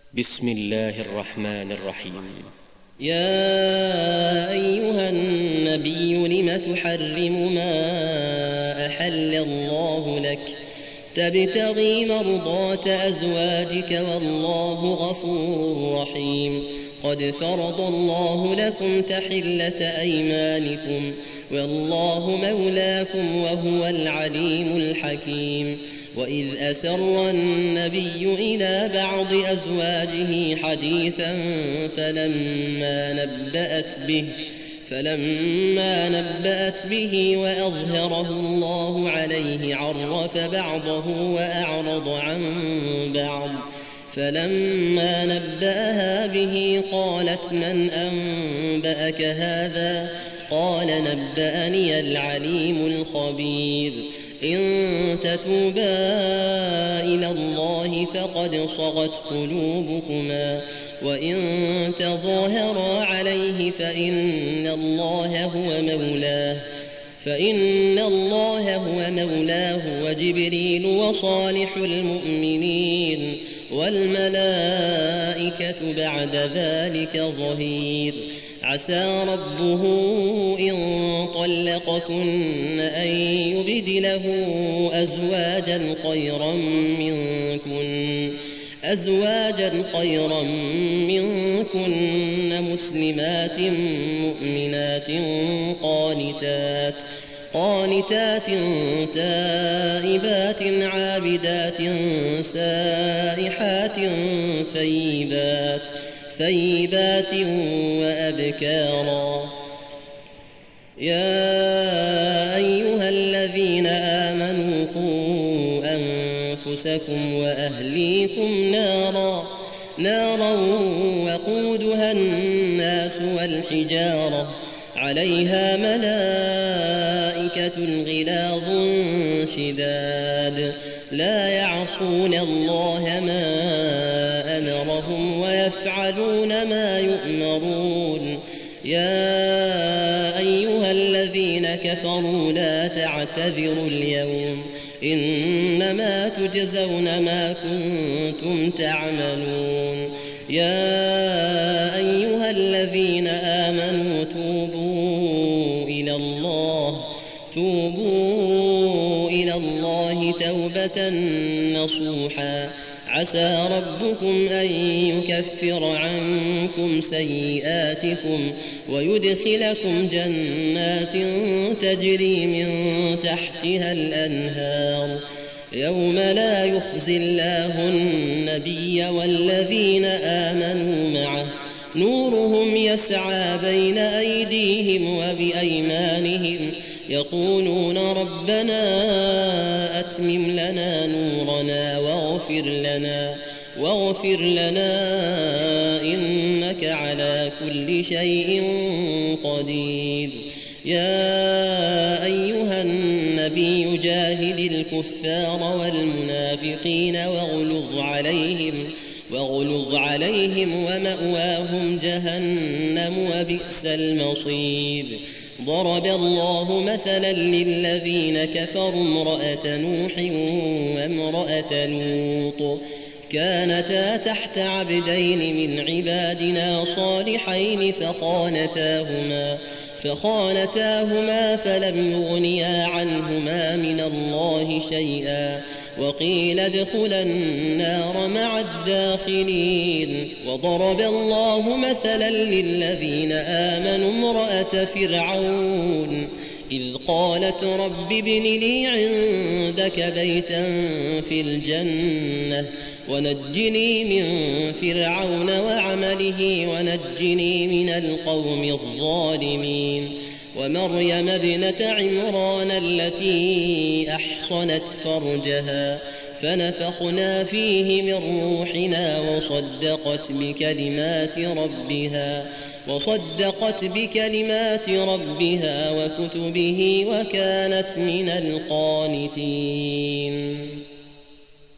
بسم الله الرحمن الرحيم. يا أيها النبي لم تحرم ما أحل الله لك تبتغي مرضات أزواجك والله غفور رحيم. قد فرض الله لكم تحلة أيمانكم والله مولاكم وهو العليم الحكيم. وإذ أسر النبي إلى بعض أزواجه حديثا فلما نبأت به وأظهره الله عليه عرف بعضه وأعرض عن بعض. فلما نبأها به قالت من أنبأك هذا؟ قال نبأني العليم الخبير. إن تتوبا إلى الله فقد صغت قلوبكما وإن تظاهرا عليه فإن الله هو مولاه وجبريل وصالح المؤمنين والملائكة بعد ذلك ظهير. عسى ربه إن طلقكن أن يبدله أزواجا خيرا منكن مسلمات مؤمنات قانتات تائبات عابدات سائحات ثيبات وأبكارا. يا أيها الذين آمنوا قوا أنفسكم وأهليكم نارا وقودها الناس والحجارة عليها ملائكة غلاظ شداد لا يعصون الله ما أمرهم ويفعلون ما يؤمرون. يا أيها الذين كفروا لا تعتذروا اليوم إنما تجزون ما كنتم تعملون. يا أيها الذين آمنوا توبوا إلى الله توبة نصوحا. عسى ربكم أن يكفر عنكم سيئاتكم ويدخلكم جنات تجري من تحتها الأنهار يوم لا يخزي الله النبي والذين آمنوا معه نورهم يسعى بين أيديهم وبأيمانهم يقولون ربنا أتمم لنا نورنا واغفر لنا إنك على كل شيء قدير. يا أيها النبي جاهد الكفار والمنافقين واغلظ عليهم ومأواهم جهنم وبئس المصير. ضرب الله مثلا للذين كفروا امرأة نوح وامرأة لوط كانتا تحت عبدين من عبادنا صالحين فخانتاهما فلم يغنيا عنهما من الله شيئا وقيل ادخلا النار مع الداخلين. وضرب الله مثلا للذين آمنوا امرأة فرعون إذ قالت رب ابن لي عندك بيتا في الجنة ونجني من فرعون وعمله ونجني من القوم الظالمين. ومريم ابنة عمران التي أحصنت فرجها فنفخنا فيه من روحنا وصدقت بكلمات ربها وكتبه وكانت من القانتين.